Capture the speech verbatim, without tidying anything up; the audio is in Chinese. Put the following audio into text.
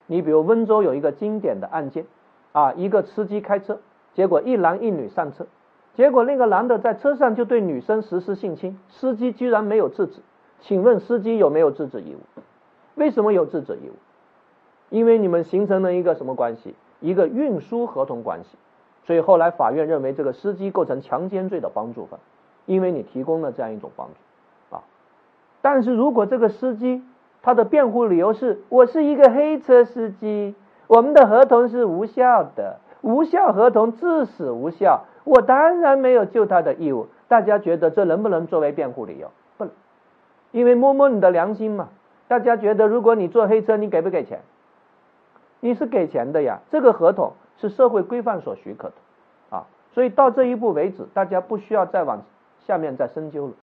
你比如温州有一个经典的案件啊，一个司机开车，结果一男一女上车，结果那个男的在车上就对女生实施性侵，司机居然没有制止。请问司机有没有制止义务？为什么有制止义务？因为你们形成了一个什么关系？一个运输合同关系。所以后来法院认为这个司机构成强奸罪的帮助犯，因为你提供了这样一种帮助啊。但是如果这个司机他的辩护理由是我是一个黑车司机，我们的合同是无效的，无效合同至死无效，我当然没有救他的义务。大家觉得这能不能作为辩护理由？不能，因为摸摸你的良心嘛。大家觉得如果你坐黑车，你给不给钱？你是给钱的呀，这个合同是社会规范所许可的啊，所以到这一步为止，大家不需要再往下面再深究了。